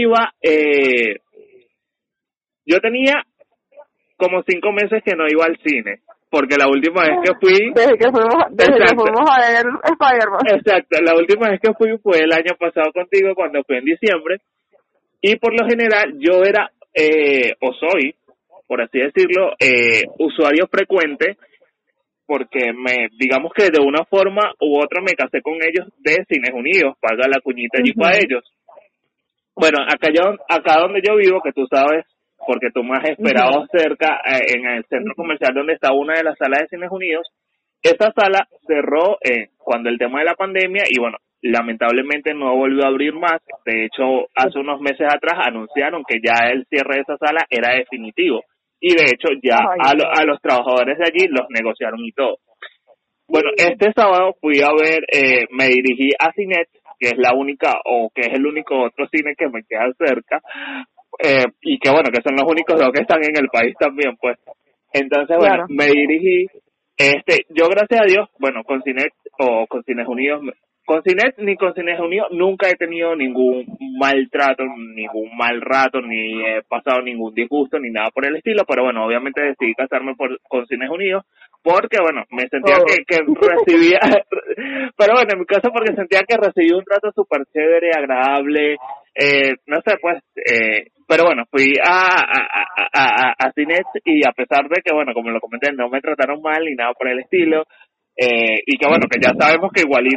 Speaker 3: yo tenía como 5 meses que no iba al cine, porque la última vez que fui...
Speaker 2: Desde que fuimos a ver Spider-Man.
Speaker 3: Exacto, la última vez que fui fue el año pasado contigo, cuando fui en diciembre, y por lo general yo era, o soy, por así decirlo, usuario frecuente, porque digamos que de una forma u otra me casé con ellos de Cines Unidos, paga la cuñita allí para ellos. Bueno, acá donde yo vivo, que tú sabes, porque tú me has esperado cerca, en el centro comercial donde está una de las salas de Cines Unidos, esa sala cerró cuando el tema de la pandemia y bueno, lamentablemente no volvió a abrir más. De hecho, hace unos meses atrás anunciaron que ya el cierre de esa sala era definitivo. Y de hecho ya a los trabajadores de allí los negociaron y todo. Bueno, este sábado fui a ver, me dirigí a Cinet, que es la única, o que es el único otro cine que me queda cerca, y que bueno, que son los únicos dos que están en el país también, pues. Entonces, bueno, me dirigí, yo gracias a Dios, bueno, con Cinet o con Cines Unidos, con Cinet ni con Cines Unidos nunca he tenido ningún maltrato, ningún mal rato, ni he pasado ningún disgusto, ni nada por el estilo, pero bueno, obviamente decidí casarme con Cines Unidos, porque bueno, me sentía que recibía, pero bueno, en mi caso porque sentía que recibí un trato súper chévere, agradable, no sé, pues, pero bueno, fui a Cinet y a pesar de que, bueno, como lo comenté, no me trataron mal ni nada por el estilo, y que bueno, que ya sabemos que igualito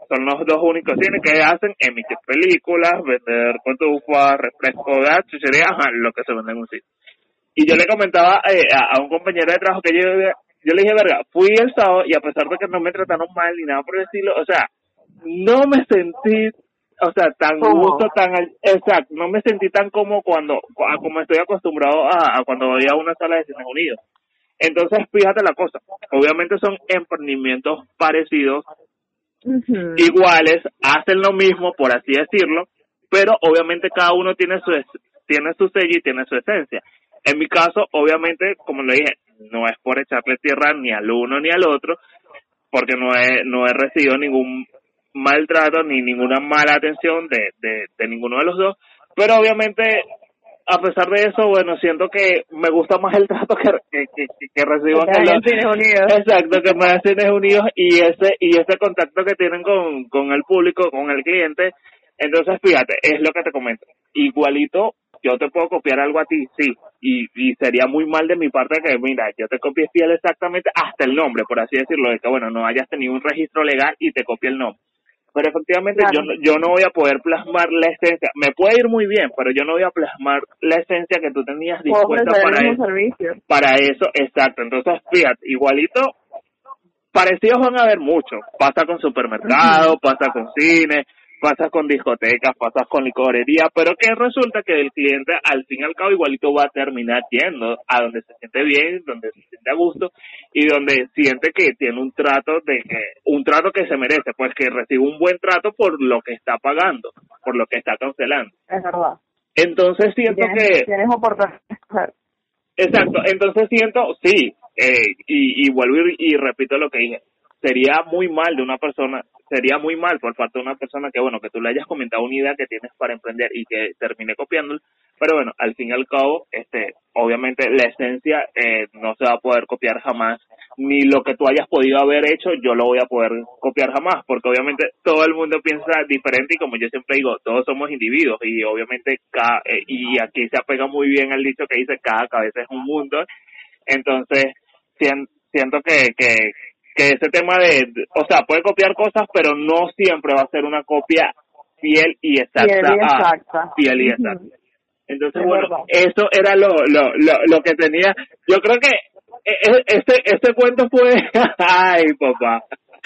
Speaker 3: son los dos únicos cines que hacen emitir películas, vender cotufas, refrescos, chucherías, lo que se vende en un cine. Y yo le comentaba a un compañero de trabajo que yo le dije, verga, fui el sábado y a pesar de que no me trataron mal ni nada por el estilo, o sea, no me sentí, o sea, tan gusto, exacto, no me sentí tan como como estoy acostumbrado a cuando voy a una sala de cines unidos. Entonces, fíjate la cosa, obviamente son emprendimientos parecidos, iguales, hacen lo mismo, por así decirlo, pero obviamente cada uno tiene su sello y tiene su esencia. En mi caso, obviamente, como le dije, no es por echarle tierra ni al uno ni al otro, porque no he recibido ningún maltrato ni ninguna mala atención de ninguno de los dos, pero obviamente, a pesar de eso, bueno, siento que me gusta más el trato que recibo
Speaker 2: en Cines Unidos.
Speaker 3: Exacto, que me da Cines Unidos y ese contacto que tienen con el público, con el cliente. Entonces, fíjate, es lo que te comento. Igualito, yo te puedo copiar algo a ti, sí, y sería muy mal de mi parte que, mira, yo te copie fiel exactamente hasta el nombre, por así decirlo, de que, bueno, no hayas tenido un registro legal y te copie el nombre. Pero efectivamente claro, yo no voy a poder plasmar la esencia. Me puede ir muy bien, pero yo no voy a plasmar la esencia que tú tenías dispuesta para eso. Exacto. Entonces, fíjate, igualito, parecidos van a haber muchos. Pasa con supermercados, pasa con cine, pasa con discotecas, pasa con licorería, pero que resulta que el cliente al fin y al cabo igualito va a terminar yendo a donde se siente bien, donde se siente a gusto y donde siente que tiene un trato que se merece, pues que recibe un buen trato por lo que está pagando, por lo que está cancelando.
Speaker 2: Es verdad.
Speaker 3: Entonces siento
Speaker 2: tienes oportunidad.
Speaker 3: Exacto, entonces siento, sí, y vuelvo y repito lo que dije, sería muy mal por parte de una persona que, bueno, que tú le hayas comentado una idea que tienes para emprender y que termine copiándola, pero bueno, al fin y al cabo, obviamente la esencia no se va a poder copiar jamás, ni lo que tú hayas podido haber hecho, yo lo voy a poder copiar jamás, porque obviamente todo el mundo piensa diferente y como yo siempre digo, todos somos individuos y obviamente y aquí se apega muy bien al dicho que dice, cada cabeza es un mundo, entonces siento que ese tema o sea, puede copiar cosas, pero no siempre va a ser una copia fiel y exacta. Fiel y exacta. Entonces, es bueno, verdad. Eso era lo que tenía. Yo creo que este cuento fue... Ay, papá.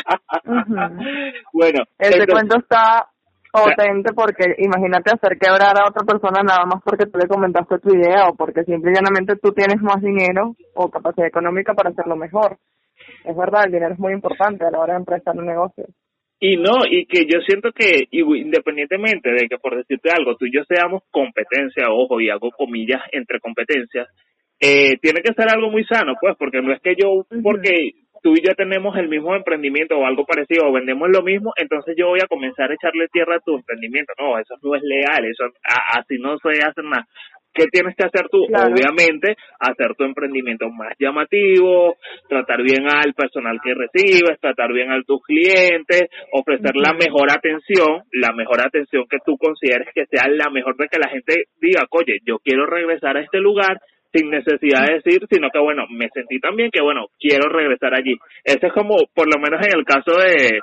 Speaker 3: Bueno.
Speaker 2: Ese cuento está potente porque imagínate hacer quebrar a otra persona nada más porque tú le comentaste tu idea o porque simple y llanamente tú tienes más dinero o capacidad económica para hacerlo mejor. Es verdad, el dinero es muy importante a la hora de empezar un negocio.
Speaker 3: Y que yo siento que independientemente de que, por decirte algo, tú y yo seamos competencia, ojo, y hago comillas entre competencias, tiene que ser algo muy sano, pues, porque no es que yo, porque tú y yo tenemos el mismo emprendimiento o algo parecido, o vendemos lo mismo, entonces yo voy a comenzar a echarle tierra a tu emprendimiento. No, eso no es legal, eso así no se hace nada. ¿Qué tienes que hacer tú? Claro. Obviamente, hacer tu emprendimiento más llamativo, tratar bien al personal que recibes, tratar bien a tus clientes, ofrecer la mejor atención que tú consideres que sea la mejor, de que la gente diga, oye, yo quiero regresar a este lugar sin necesidad de decir, sino que bueno, me sentí tan bien que bueno, quiero regresar allí. Ese es como, por lo menos en el caso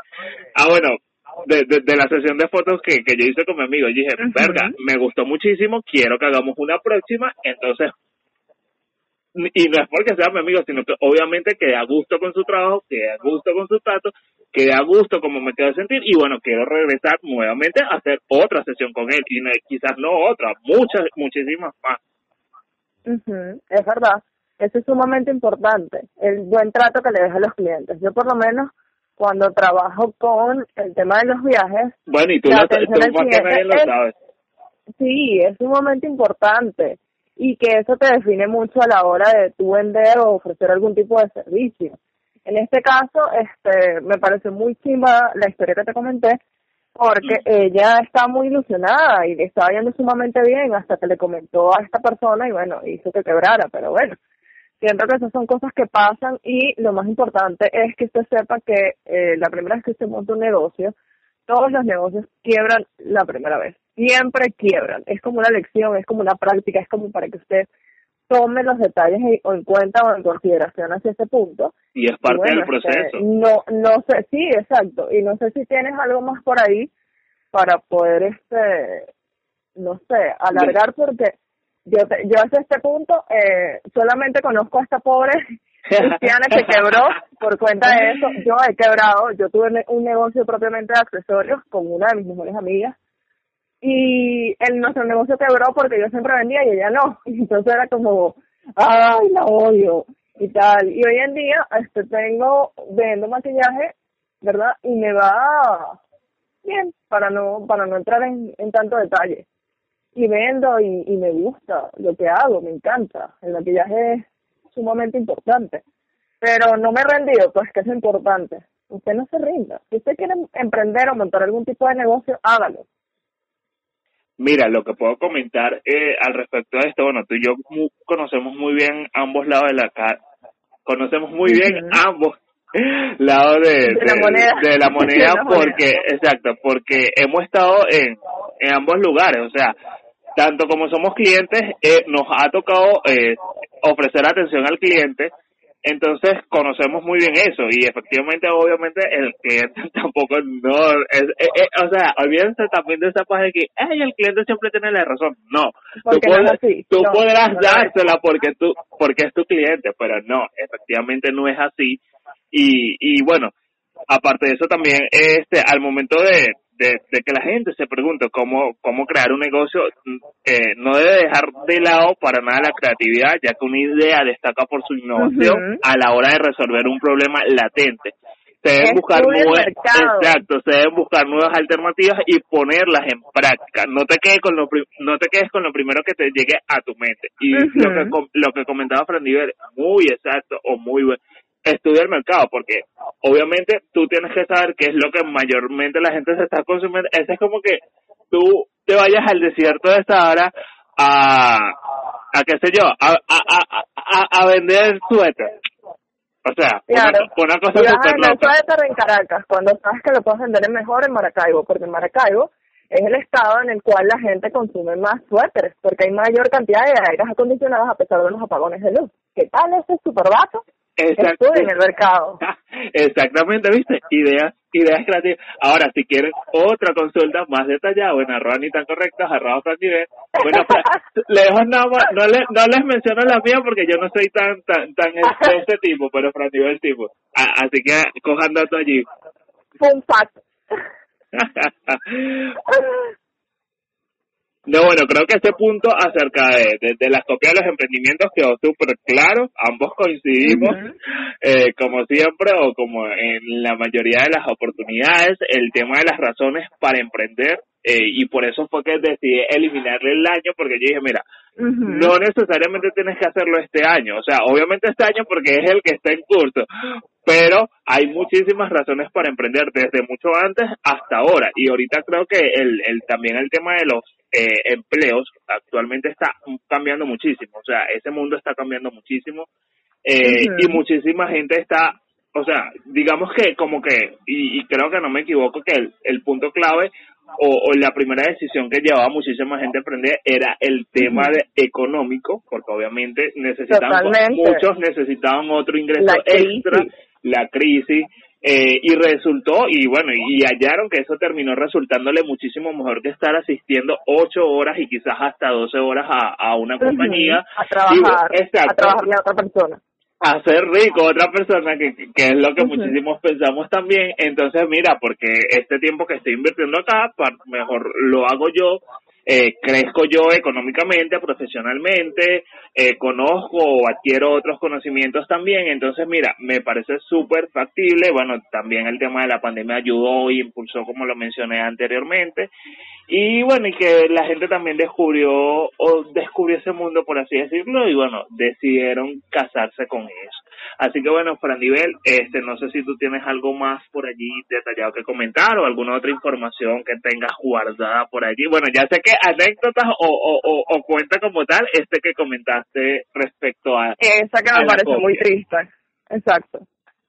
Speaker 3: de la sesión de fotos que yo hice con mi amigo, yo dije, verga, me gustó muchísimo, quiero que hagamos una próxima, entonces, y no es porque sea mi amigo, sino que obviamente quedé a gusto con su trabajo, quedé a gusto con su trato, quedé a gusto como me quedé a sentir, y bueno, quiero regresar nuevamente a hacer otra sesión con él, y quizás no otra, muchísimas más.
Speaker 2: Es verdad, eso es sumamente importante, el buen trato que le deja a los clientes. Yo por lo menos, cuando trabajo con el tema de los viajes...
Speaker 3: Bueno, y tú más que nadie lo sabes.
Speaker 2: Sí, es sumamente importante y que eso te define mucho a la hora de tú vender o ofrecer algún tipo de servicio. En este caso, me pareció muy chimba la historia que te comenté porque ella está muy ilusionada y le estaba yendo sumamente bien hasta que le comentó a esta persona y bueno, hizo que quebrara, pero bueno. Siento que esas son cosas que pasan y lo más importante es que usted sepa que la primera vez que usted monta un negocio, todos los negocios quiebran la primera vez. Siempre quiebran. Es como una lección, es como una práctica, es como para que usted tome los detalles en cuenta o en consideración hacia ese punto.
Speaker 3: Y es parte del proceso.
Speaker 2: No sé, sí, exacto. Y no sé si tienes algo más por ahí para poder, no sé, alargar, porque yo hasta este punto solamente conozco a esta pobre cristiana que quebró por cuenta de eso. Yo he quebrado, yo tuve un negocio propiamente de accesorios con una de mis mejores amigas, y nuestro negocio quebró porque yo siempre vendía y ella no. Y entonces era como, ay, la odio y tal. Y hoy en día vendo maquillaje, ¿verdad? Y me va bien, para no entrar en tanto detalle. Y vendo y me gusta lo que hago, me encanta. El maquillaje es sumamente importante. Pero no me he rendido, pues que es importante. Usted no se rinda. Si usted quiere emprender o montar algún tipo de negocio, hágalo.
Speaker 3: Mira, lo que puedo comentar al respecto de esto, bueno, tú y yo conocemos muy bien ambos lados de la cara, conocemos muy bien ambos lados de la moneda porque, exacto, porque hemos estado en ambos lugares, o sea, tanto como somos clientes, nos ha tocado ofrecer atención al cliente. Entonces conocemos muy bien eso, y efectivamente, obviamente, el cliente tampoco o sea, olvídense también de esa parte de que el cliente siempre tiene la razón. No, tú podrás dársela porque es tu cliente, pero no, efectivamente no es así. Y bueno, aparte de eso también, al momento de que la gente se pregunte cómo crear un negocio, no debe dejar de lado para nada la creatividad, ya que una idea destaca por su innovación a la hora de resolver un problema latente. Se deben buscar nuevas alternativas y ponerlas en práctica. No te quedes con lo primero que te llegue a tu mente. Y lo que comentaba Fran Nivel, muy exacto o muy bueno. Estudia el mercado, porque obviamente tú tienes que saber qué es lo que mayormente la gente se está consumiendo. Ese es como que tú te vayas al desierto de Sahara a qué sé yo, a vender suéter. O sea,
Speaker 2: claro.
Speaker 3: una cosa súper loca.
Speaker 2: El suéter en Caracas, cuando sabes que lo puedes vender mejor en Maracaibo, porque en Maracaibo es el estado en el cual la gente consume más suéteres, porque hay mayor cantidad de aires acondicionados a pesar de los apagones de luz. ¿Qué tal ese super vaso? Estuve en el mercado.
Speaker 3: Exactamente, ¿viste? Ideas creativas. Ahora, si quieren otra consulta más detallada, bueno, @ni tan correctas, @Fran Nivel. Bueno, lejos nada más, no les menciono la mía porque yo no soy tan de ese tipo, pero Fran Nivel tipo. Así que cojan datos allí.
Speaker 2: Fun fact.
Speaker 3: No, bueno, creo que este punto acerca de las copias de los emprendimientos quedó súper claro. Ambos coincidimos, como siempre, o como en la mayoría de las oportunidades, el tema de las razones para emprender, y por eso fue que decidí eliminarle el año, porque yo dije, mira, no necesariamente tienes que hacerlo este año, o sea, obviamente este año porque es el que está en curso, pero hay muchísimas razones para emprender, desde mucho antes hasta ahora, y ahorita creo que también el tema de los empleos actualmente está cambiando muchísimo, o sea, ese mundo está cambiando muchísimo, y muchísima gente está, o sea, digamos que como que, y creo que no me equivoco, que el punto clave o la primera decisión que llevaba muchísima gente a emprender era el tema económico, porque obviamente muchos necesitaban otro ingreso extra, la crisis, y resultó, y bueno, y hallaron que eso terminó resultándole muchísimo mejor que estar asistiendo 8 horas y quizás hasta 12 horas a una compañía.
Speaker 2: A trabajar, a trabajarle a otra persona.
Speaker 3: Hacer rico a otra persona, que es lo que muchísimos pensamos también. Entonces, mira, porque este tiempo que estoy invirtiendo acá, mejor lo hago yo, crezco yo económicamente, profesionalmente, conozco o adquiero otros conocimientos también. Entonces, mira, me parece súper factible. Bueno, también el tema de la pandemia ayudó y impulsó, como lo mencioné anteriormente. Y bueno, y que la gente también descubrió ese mundo, por así decirlo, y bueno, decidieron casarse con eso. Así que bueno, Fran Nivel, no sé si tú tienes algo más por allí detallado que comentar o alguna otra información que tengas guardada por allí. Bueno, ya sé que anécdotas o cuenta como tal, que comentaste respecto a...
Speaker 2: Esa que me parece muy triste, exacto.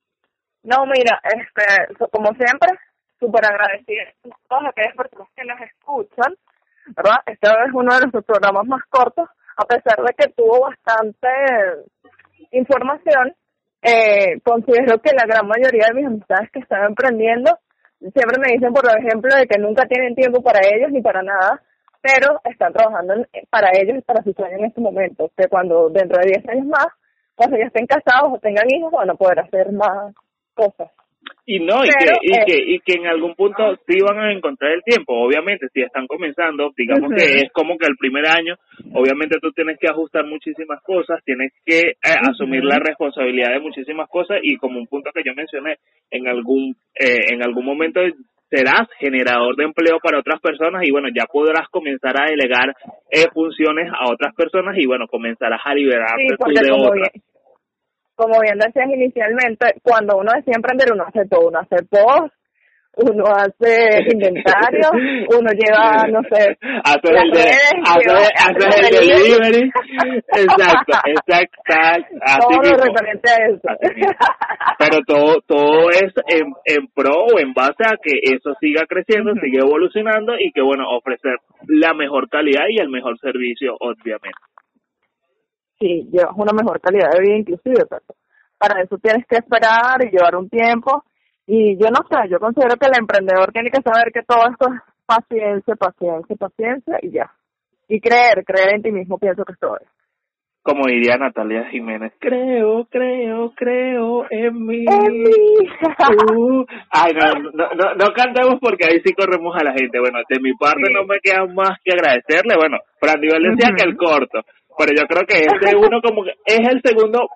Speaker 2: No, mira, como siempre, súper agradecida a todas aquellas personas que nos escuchan, ¿verdad? Este es uno de nuestros programas más cortos, a pesar de que tuvo bastante información, considero que la gran mayoría de mis amistades que están emprendiendo siempre me dicen, por ejemplo, de que nunca tienen tiempo para ellos ni para nada, pero están trabajando para ellos y para sus sueños en este momento, que cuando dentro de 10 años más, cuando ya estén casados o tengan hijos, van a poder hacer más cosas.
Speaker 3: Y no, y que en algún punto sí van a encontrar el tiempo. Obviamente, si están comenzando, digamos que es como que el primer año, obviamente tú tienes que ajustar muchísimas cosas, tienes que asumir la responsabilidad de muchísimas cosas, y como un punto que yo mencioné, en algún momento serás generador de empleo para otras personas, y bueno, ya podrás comenzar a delegar funciones a otras personas, y bueno, comenzarás a liberarte tú de otras.
Speaker 2: Como bien decías inicialmente, cuando uno decide emprender, uno hace todo, uno hace post, uno hace inventario, uno lleva, no sé,
Speaker 3: hace el delivery. Exacto,
Speaker 2: todo lo referente a eso.
Speaker 3: Pero todo es en pro o en base a que eso siga creciendo, siga evolucionando, y que bueno, ofrecer la mejor calidad y el mejor servicio, obviamente.
Speaker 2: Sí, llevas una mejor calidad de vida inclusive, pero para eso tienes que esperar y llevar un tiempo. Y yo no sé, yo considero que el emprendedor tiene que saber que todo esto es paciencia y ya. Y creer en ti mismo, pienso que esto es.
Speaker 3: Como diría Natalia Jiménez, creo en mí. Ay, no cantemos porque ahí sí corremos a la gente. Bueno, de mi parte no me queda más que agradecerle. Bueno, Frandivel decía que el corto, pero yo creo que este uno como que es el segundo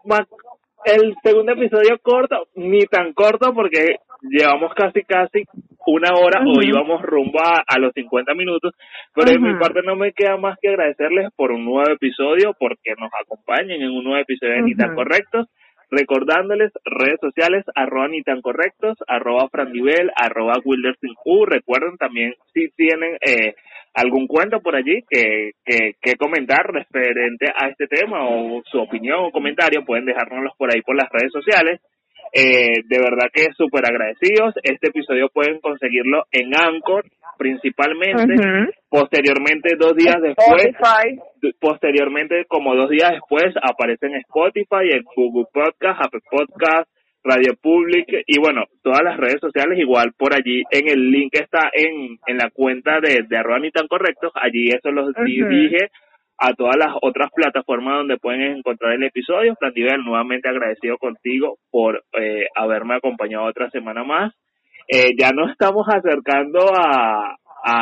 Speaker 3: episodio corto, ni tan corto porque llevamos casi una hora o íbamos rumbo a los 50 minutos, pero de mi parte no me queda más que agradecerles por un nuevo episodio, porque nos acompañen en un nuevo episodio de Ni Tan Correctos, recordándoles redes sociales, @nitancorrectos, @frandivel, @wildersinq. Recuerden también, si tienen algún cuento por allí que comentar referente a este tema, o su opinión o comentario, pueden dejárnoslos por ahí por las redes sociales. De verdad que súper agradecidos. Este episodio pueden conseguirlo en Anchor principalmente, posteriormente 2 días después, como 2 días después aparece en Spotify, en Google Podcast, Apple Podcast, Radio Public, y bueno, todas las redes sociales igual por allí. En el link está en la cuenta de @nitancorrectos, allí eso los dirige a todas las otras plataformas donde pueden encontrar el episodio. Frandivel, nuevamente agradecido contigo por haberme acompañado otra semana más. Ya nos estamos acercando a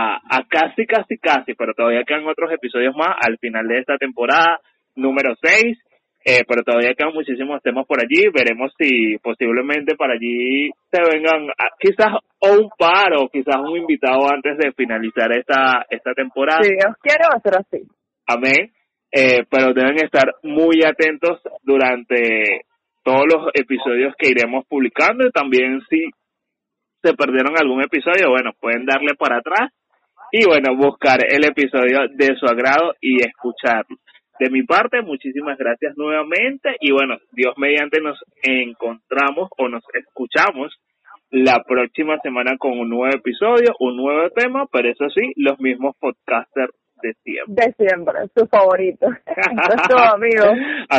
Speaker 3: casi, pero todavía quedan otros episodios más al final de esta temporada número 6, pero todavía quedan muchísimos temas por allí. Veremos si posiblemente para allí se vengan quizás o un par o quizás un invitado antes de finalizar esta temporada.
Speaker 2: Sí, Dios quiere, va a ser así.
Speaker 3: Amén. Pero deben estar muy atentos durante todos los episodios que iremos publicando, y también si se perdieron algún episodio, bueno, pueden darle para atrás y bueno, buscar el episodio de su agrado y escucharlo. De mi parte, muchísimas gracias nuevamente, y bueno, Dios mediante nos encontramos o nos escuchamos la próxima semana con un nuevo episodio, un nuevo tema, pero eso sí, los mismos podcasters de siempre,
Speaker 2: su favorito. Eso es todo, amigo.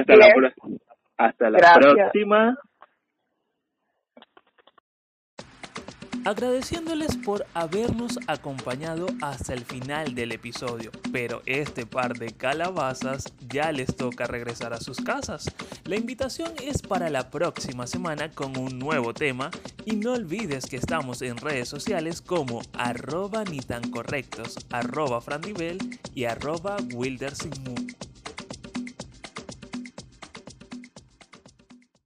Speaker 3: Hasta la próxima.
Speaker 1: Agradeciéndoles por habernos acompañado hasta el final del episodio, pero este par de calabazas ya les toca regresar a sus casas. La invitación es para la próxima semana con un nuevo tema, y no olvides que estamos en redes sociales como @nitancorrectos, @frandivel y @wildersinq.